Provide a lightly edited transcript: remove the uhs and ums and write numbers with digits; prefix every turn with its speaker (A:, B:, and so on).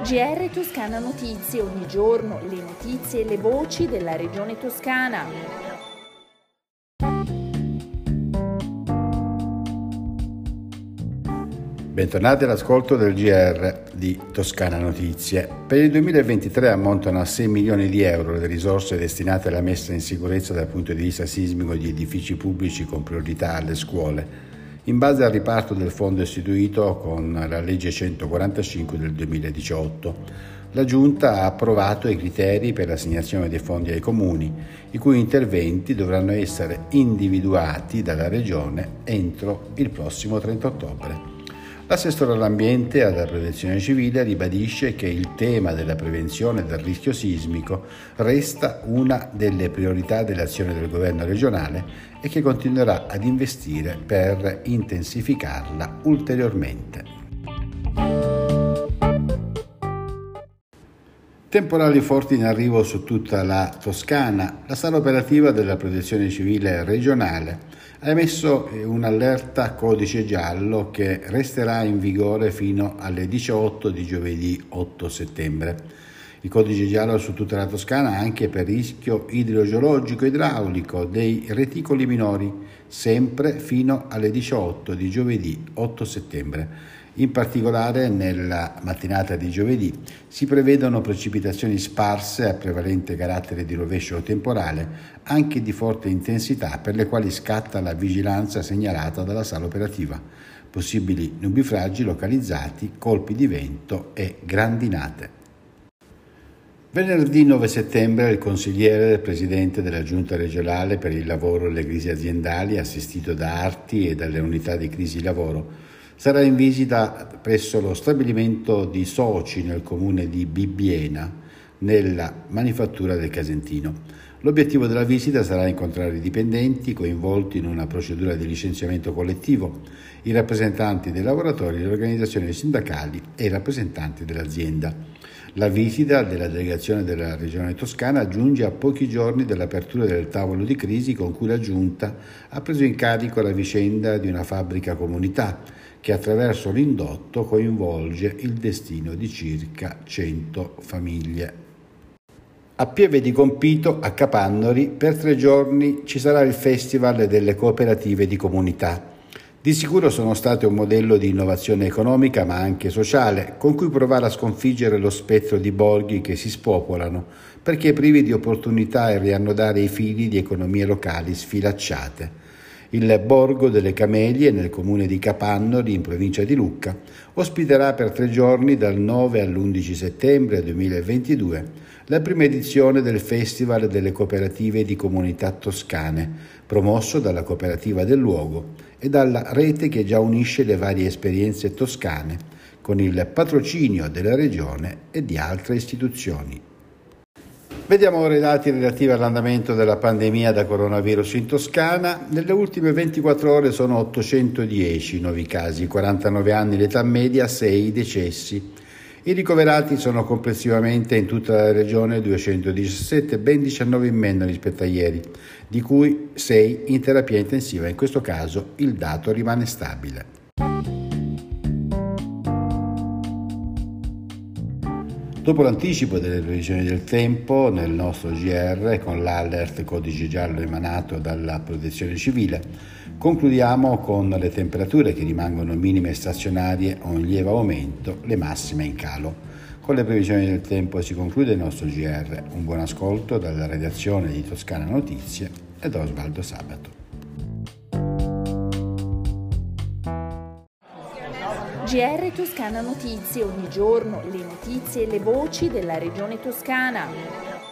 A: GR Toscana Notizie, ogni giorno le notizie e le voci della regione toscana.
B: Bentornati all'ascolto del GR di Toscana Notizie. Per il 2023 ammontano a 6 milioni di euro le risorse destinate alla messa in sicurezza dal punto di vista sismico di edifici pubblici con priorità alle scuole, in base al riparto del fondo istituito con la legge 145 del 2018. La Giunta ha approvato i criteri per l'assegnazione dei fondi ai comuni, i cui interventi dovranno essere individuati dalla Regione entro il prossimo 30 ottobre. L'assessore all'ambiente e alla protezione civile ribadisce che il tema della prevenzione del rischio sismico resta una delle priorità dell'azione del governo regionale e che continuerà ad investire per intensificarla ulteriormente. Temporali forti in arrivo su tutta la Toscana. La sala operativa della protezione civile regionale ha emesso un'allerta codice giallo che resterà in vigore fino alle 18 di giovedì 8 settembre. Il codice giallo su tutta la Toscana anche per rischio idrogeologico idraulico dei reticoli minori, sempre fino alle 18 di giovedì 8 settembre. In particolare nella mattinata di giovedì si prevedono precipitazioni sparse a prevalente carattere di rovescio temporale, anche di forte intensità, per le quali scatta la vigilanza segnalata dalla sala operativa. Possibili nubifragi localizzati, colpi di vento e grandinate. Venerdì 9 settembre il consigliere del presidente della Giunta regionale per il lavoro e le crisi aziendali, assistito da Arti e dalle unità di crisi lavoro, sarà in visita presso lo stabilimento di Soci nel comune di Bibbiena, nella manifattura del Casentino. L'obiettivo della visita sarà incontrare i dipendenti coinvolti in una procedura di licenziamento collettivo, i rappresentanti dei lavoratori, le organizzazioni sindacali e i rappresentanti dell'azienda. La visita della delegazione della Regione Toscana giunge a pochi giorni dall'apertura del tavolo di crisi con cui la Giunta ha preso in carico la vicenda di una fabbrica comunità che attraverso l'indotto coinvolge il destino di circa 100 famiglie. A Pieve di Compito, a Capannori, per 3 giorni ci sarà il Festival delle cooperative di comunità. Di sicuro sono state un modello di innovazione economica ma anche sociale, con cui provare a sconfiggere lo spettro di borghi che si spopolano, perché privi di opportunità e riannodare i fili di economie locali sfilacciate. Il Borgo delle Camelie, nel comune di Capannori, in provincia di Lucca, ospiterà per 3 giorni dal 9 all'11 settembre 2022 la prima edizione del Festival delle cooperative di comunità toscane, promosso dalla cooperativa del luogo e dalla rete che già unisce le varie esperienze toscane, con il patrocinio della Regione e di altre istituzioni. Vediamo ora i dati relativi all'andamento della pandemia da coronavirus in Toscana. Nelle ultime 24 ore sono 810 nuovi casi, 49 anni l'età media, 6 decessi. I ricoverati sono complessivamente in tutta la regione 217, ben 19 in meno rispetto a ieri, di cui 6 in terapia intensiva. In questo caso il dato rimane stabile. Dopo l'anticipo delle previsioni del tempo nel nostro GR con l'alert codice giallo emanato dalla Protezione Civile, concludiamo con le temperature che rimangono minime e stazionarie o in lieve aumento, le massime in calo. Con le previsioni del tempo si conclude il nostro GR. Un buon ascolto dalla redazione di Toscana Notizie e da Osvaldo Sabato.
A: GR Toscana Notizie, ogni giorno le notizie e le voci della regione toscana.